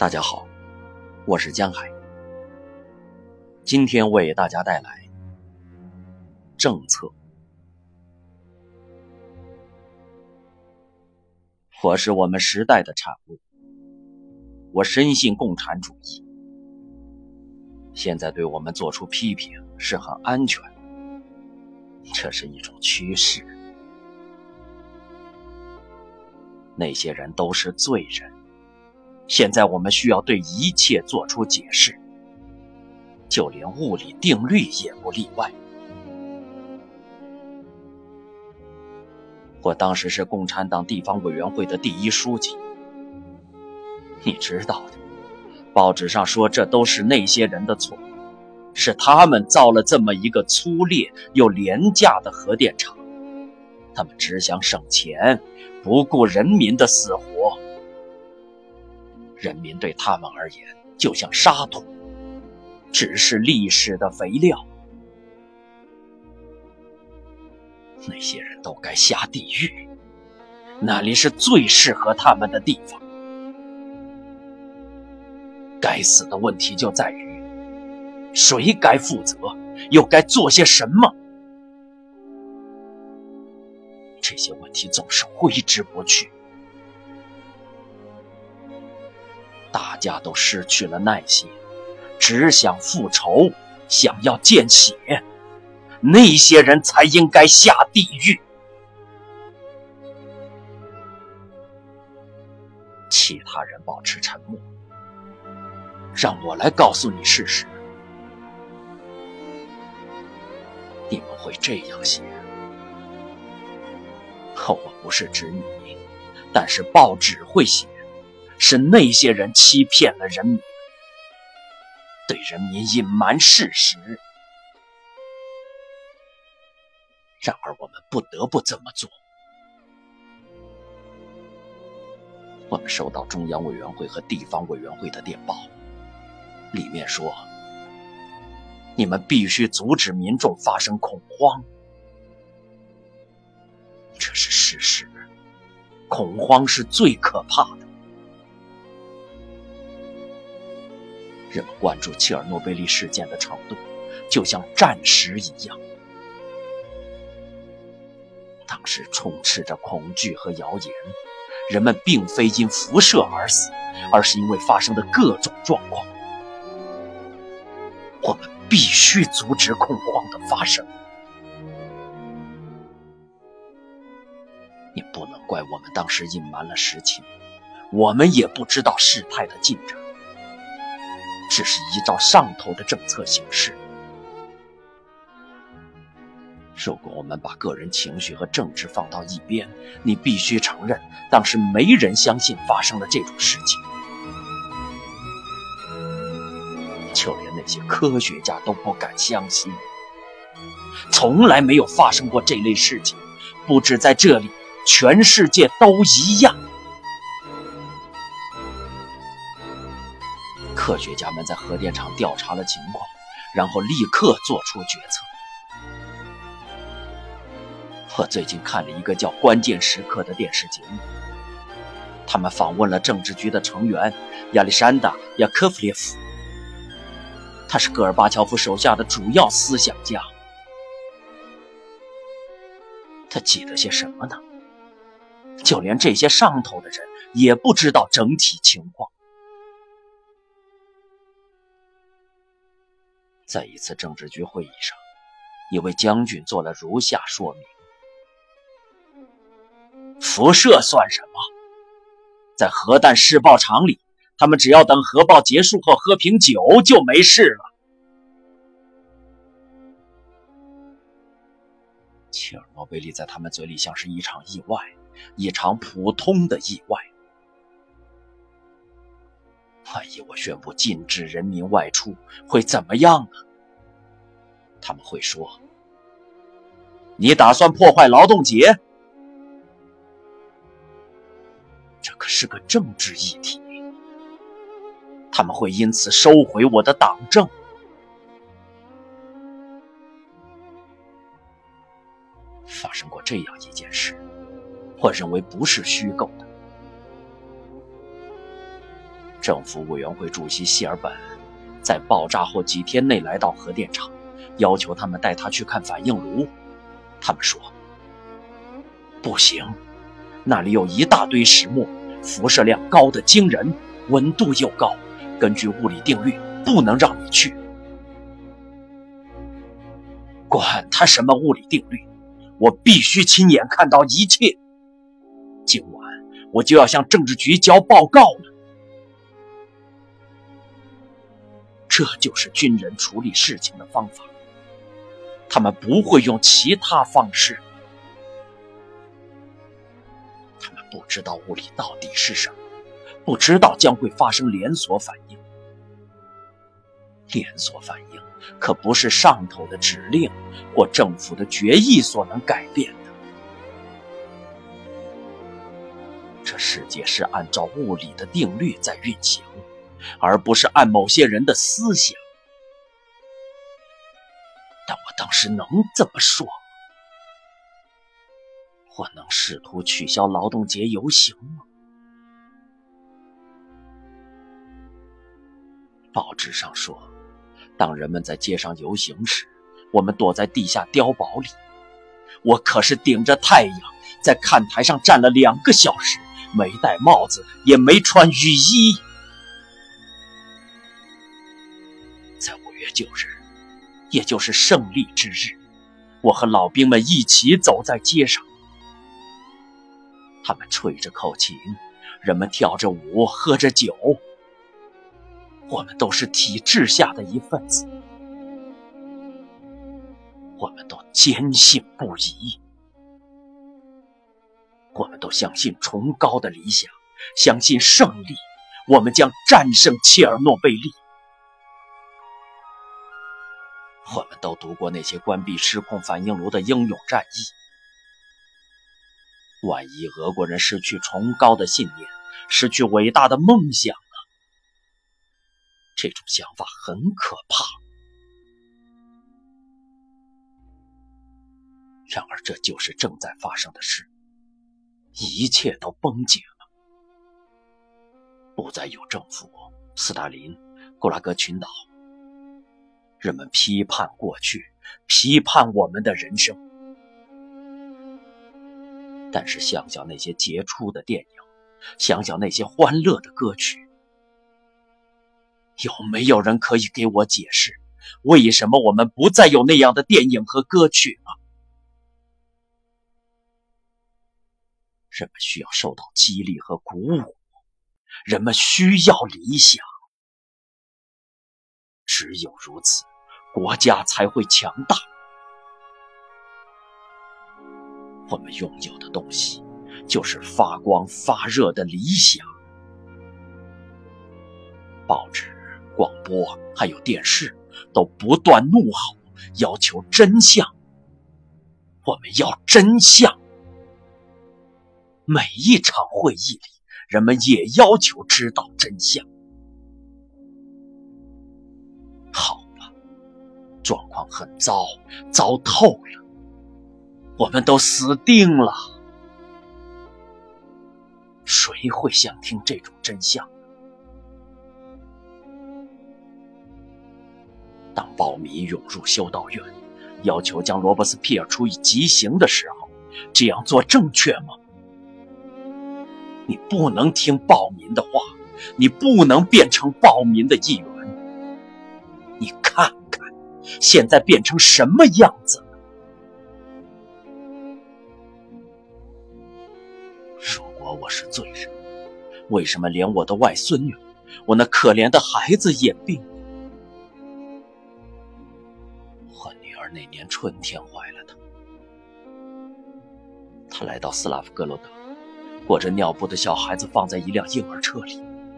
大家好，我是江海。今天为大家带来政策。我是我们时代的产物，我深信共产主义。现在对我们做出批评是很安全的，这是一种趋势。那些人都是罪人，现在我们需要对一切做出解释，就连物理定律也不例外。我当时是共产党地方委员会的第一书记，你知道的，报纸上说这都是那些人的错，是他们造了这么一个粗劣又廉价的核电厂，他们只想省钱，不顾人民的死活。人民对他们而言就像沙土，只是历史的肥料。那些人都该下地狱，那里是最适合他们的地方。该死的问题就在于，谁该负责，又该做些什么？这些问题总是挥之不去。大家都失去了耐心，只想复仇，想要见血。那些人才应该下地狱。其他人保持沉默，让我来告诉你事实。你们会这样写：我不是指你，但是报纸会写，是那些人欺骗了人民，对人民隐瞒事实。然而我们不得不这么做。我们收到中央委员会和地方委员会的电报，里面说，你们必须阻止民众发生恐慌。这是事实，恐慌是最可怕的。人们关注切尔诺贝利事件的程度，就像战时一样。当时充斥着恐惧和谣言，人们并非因辐射而死，而是因为发生的各种状况。我们必须阻止恐慌的发生。你不能怪我们当时隐瞒了实情，我们也不知道事态的进展，只是依照上头的政策行事。如果我们把个人情绪和政治放到一边，你必须承认，当时没人相信发生了这种事情，就连那些科学家都不敢相信。从来没有发生过这类事情，不止在这里，全世界都一样。科学家们在核电厂调查了情况，然后立刻做出决策。我最近看了一个叫《关键时刻》的电视节目，他们访问了政治局的成员亚历山大·亚科夫列夫，他是戈尔巴乔夫手下的主要思想家。他记得些什么呢？就连这些上头的人也不知道整体情况。在一次政治局会议上，一位将军做了如下说明：辐射算什么？在核弹试爆场里，他们只要等核爆结束后喝瓶酒就没事了。切尔诺贝利在他们嘴里像是一场意外，一场普通的意外。万一我宣布禁止人民外出，会怎么样呢？他们会说，你打算破坏劳动节？这可是个政治议题，他们会因此收回我的党证。发生过这样一件事，我认为不是虚构的。 政府委员会主席谢尔本在爆炸后几天内来到核电厂，要求他们带他去看反应炉。他们说不行，那里有一大堆石墨，辐射量高得惊人，温度又高，根据物理定律不能让你去。管他什么物理定律，我必须亲眼看到一切。今晚我就要向政治局交报告了。这就是军人处理事情的方法，他们不会用其他方式。他们不知道物理到底是什么，不知道将会发生连锁反应。连锁反应可不是上头的指令或政府的决议所能改变的。这世界是按照物理的定律在运行，而不是按某些人的思想。但我当时能这么说吗？我能试图取消劳动节游行吗？报纸上说，当人们在街上游行时，我们躲在地下碉堡里。我可是顶着太阳在看台上站了2个小时，没戴帽子，也没穿雨衣。在5月9日，也就是胜利之日，我和老兵们一起走在街上。他们吹着口琴，人们跳着舞，喝着酒。我们都是体制下的一份子，我们都坚信不疑，我们都相信崇高的理想，相信胜利，我们将战胜切尔诺贝利。我们都读过那些关闭失控反应炉的英勇战役。万一俄国人失去崇高的信念，失去伟大的梦想，这种想法很可怕。然而这就是正在发生的事，一切都崩解了。不再有政府、斯大林、古拉格群岛。人们批判过去，批判我们的人生。但是想想那些杰出的电影，想想那些欢乐的歌曲，有没有人可以给我解释，为什么我们不再有那样的电影和歌曲呢？人们需要受到激励和鼓舞，人们需要理想。只有如此，国家才会强大。我们拥有的东西，就是发光发热的理想。报纸、广播还有电视都不断怒吼，要求真相。我们要真相。每一场会议里，人们也要求知道真相。好吧，状况很糟，糟透了，我们都死定了。谁会想听这种真相？当暴民涌入修道院，要求将罗伯斯庇尔处以极刑的时候，这样做正确吗？你不能听暴民的话，你不能变成暴民的一员。你看看，现在变成什么样子了？如果我是罪人，为什么连我的外孙女，我那可怜的孩子也病了？我女儿那年春天怀了她，她来到斯拉夫哥罗德，裹着尿布的小孩子放在一辆婴儿车里。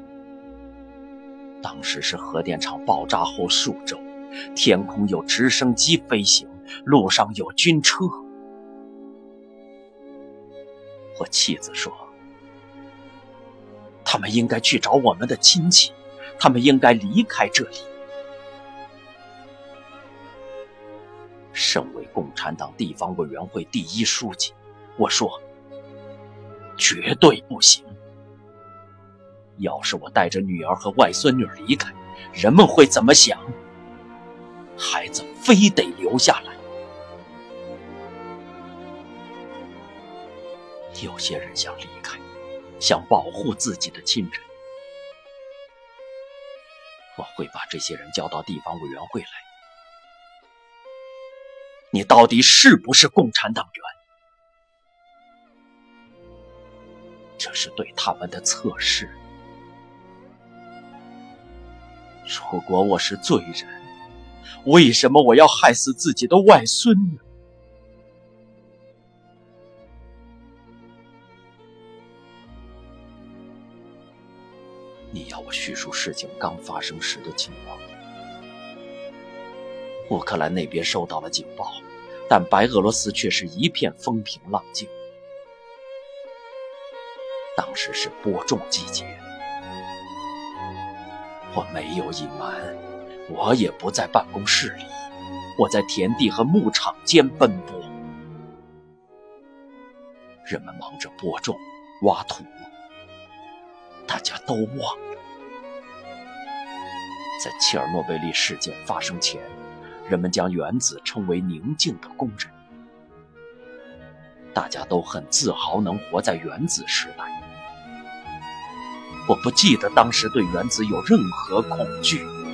当时是核电厂爆炸后数周，天空有直升机飞行，路上有军车。我妻子说，他们应该去找我们的亲戚，他们应该离开这里。身为共产党地方委员会第一书记，我说绝对不行。 要是我带着女儿和外孙女离开，人们会怎么想？孩子非得留下来。有些人想离开，想保护自己的亲人。我会把这些人叫到地方委员会来。你到底是不是共产党员？这是对他们的测试。如果我是罪人，为什么我要害死自己的外孙呢？你要我叙述事情刚发生时的情况。乌克兰那边收到了警报，但白俄罗斯却是一片风平浪静。当时是播种季节，我没有隐瞒，我也不在办公室里，我在田地和牧场间奔波。人们忙着播种、挖土，大家都忘了，在切尔诺贝利事件发生前，人们将原子称为宁静的工人。大家都很自豪能活在原子时代。我不记得当时对原子有任何恐惧。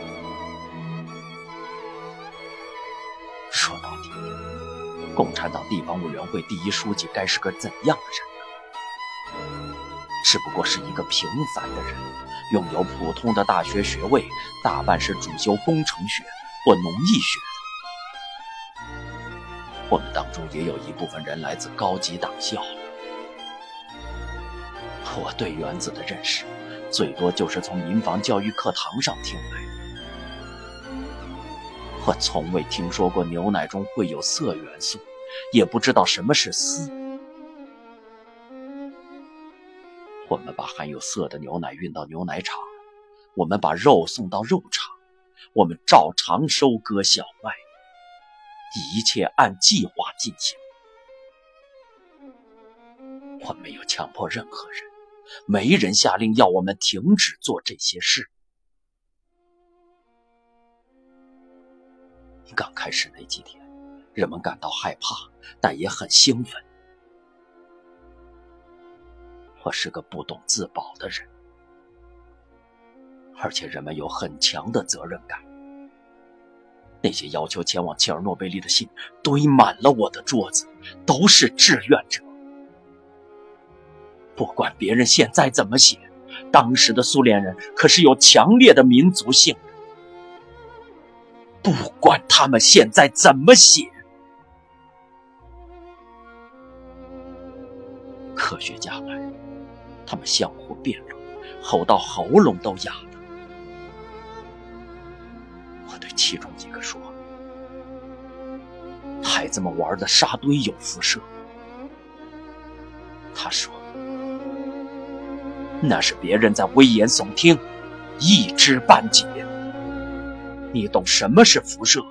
说到底，共产党地方委员会第一书记该是个怎样的人呢？只不过是一个平凡的人，拥有普通的大学学位，大半是主修工程学或农艺学的。我们当中也有一部分人来自高级党校。我对原子的认识，最多就是从民防教育课堂上听来的。我从未听说过牛奶中会有铯元素，也不知道什么是锶。我们把含有铯的牛奶运到牛奶厂，我们把肉送到肉厂，我们照常收割小麦，一切按计划进行。我没有强迫任何人，没人下令要我们停止做这些事。刚开始那几天，人们感到害怕，但也很兴奋。我是个不懂自保的人，而且人们有很强的责任感。那些要求前往切尔诺贝利的信堆满了我的桌子，都是志愿者。不管别人现在怎么写，当时的苏联人可是有强烈的民族性的。不管他们现在怎么写，科学家来，他们相互辩论，吼到喉咙都哑了。我对其中一个说：“孩子们玩的沙堆有辐射。”他说：“那是别人在危言耸听，一知半解。你懂什么是辐射？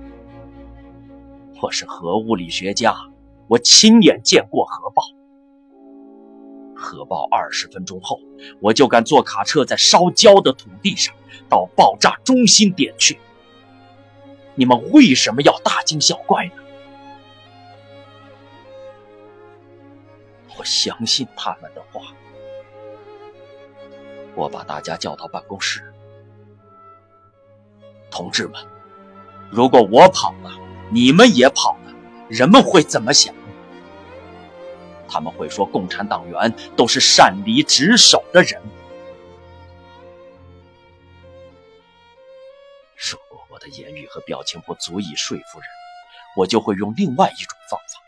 我是核物理学家，我亲眼见过核爆。核爆20分钟后，我就敢坐卡车在烧焦的土地上到爆炸中心点去。你们为什么要大惊小怪呢？”我相信他们的话。我把大家叫到办公室。同志们，如果我跑了，你们也跑了，人们会怎么想？他们会说共产党员都是擅离职守的人。如果我的言语和表情不足以说服人，我就会用另外一种方法。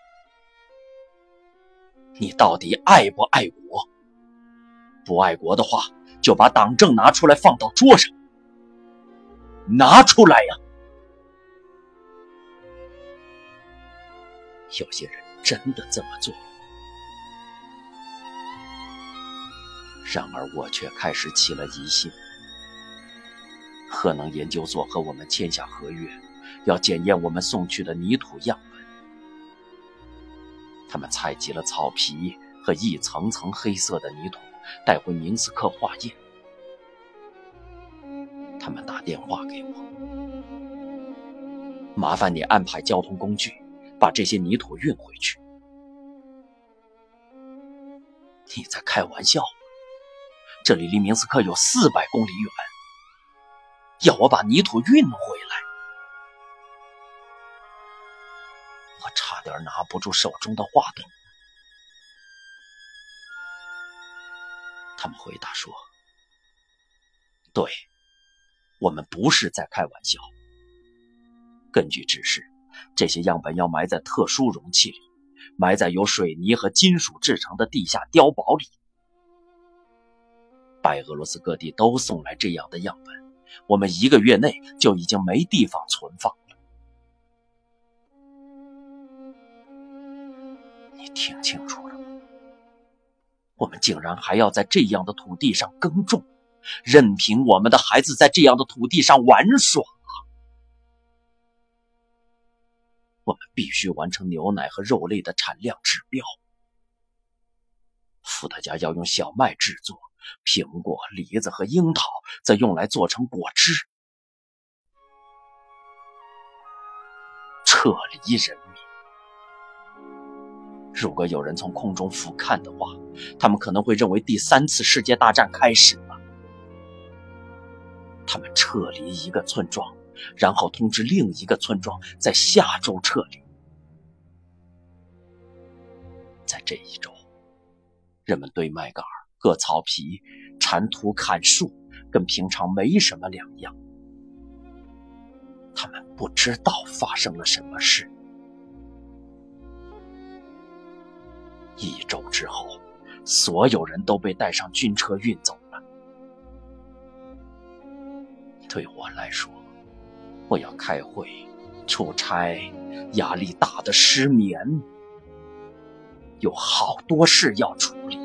你到底爱不爱国？不爱国的话，就把党证拿出来放到桌上。拿出来呀！有些人真的这么做。然而我却开始起了疑心。核能研究所和我们签下合约，要检验我们送去的泥土样本。他们采集了草皮和一层层黑色的泥土，带回明斯克化验。 他们打电话给我，麻烦你安排交通工具，把这些泥土运回去。你在开玩笑吗？这里离明斯克有400公里远，要我把泥土运回来？我差点拿不住手中的话筒。他们回答说，对，我们不是在开玩笑。根据指示，这些样本要埋在特殊容器里，埋在由水泥和金属制成的地下碉堡里。白俄罗斯各地都送来这样的样本，我们1个月内就已经没地方存放了。你听清楚了吗？我们竟然还要在这样的土地上耕种，任凭我们的孩子在这样的土地上玩耍。我们必须完成牛奶和肉类的产量指标。伏特加要用小麦制作，苹果、梨子和樱桃则用来做成果汁。撤离人民。如果有人从空中俯瞰的话，他们可能会认为第3次世界大战开始了。他们撤离一个村庄，然后通知另一个村庄在下周撤离。在这一周，人们堆麦秆、割草皮、铲土、砍树，跟平常没什么两样。他们不知道发生了什么事。1周之后，所有人都被带上军车运走了。对我来说，我要开会、出差，压力大得失眠，有好多事要处理。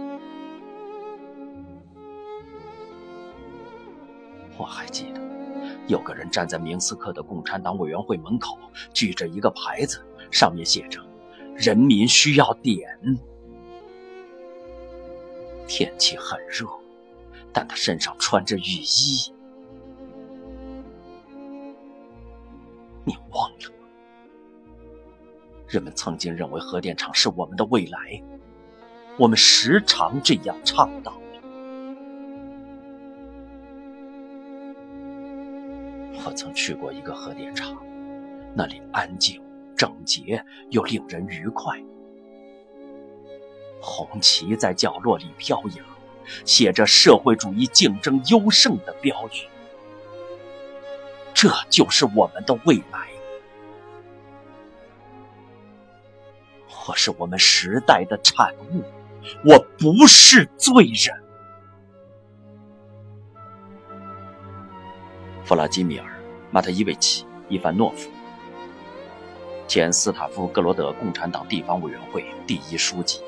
我还记得，有个人站在明斯克的共产党委员会门口，举着一个牌子，上面写着“人民需要点”。天气很热，但他身上穿着雨衣。你忘了吗？人们曾经认为核电厂是我们的未来，我们时常这样倡导。我曾去过一个核电厂，那里安静、整洁又令人愉快。红旗在角落里飘扬，写着社会主义竞争优胜的标语。这就是我们的未来。我是我们时代的产物，我不是罪人。弗拉基米尔·马特伊维奇·伊凡诺夫，前斯塔夫哥罗德共产党地方委员会第1书记。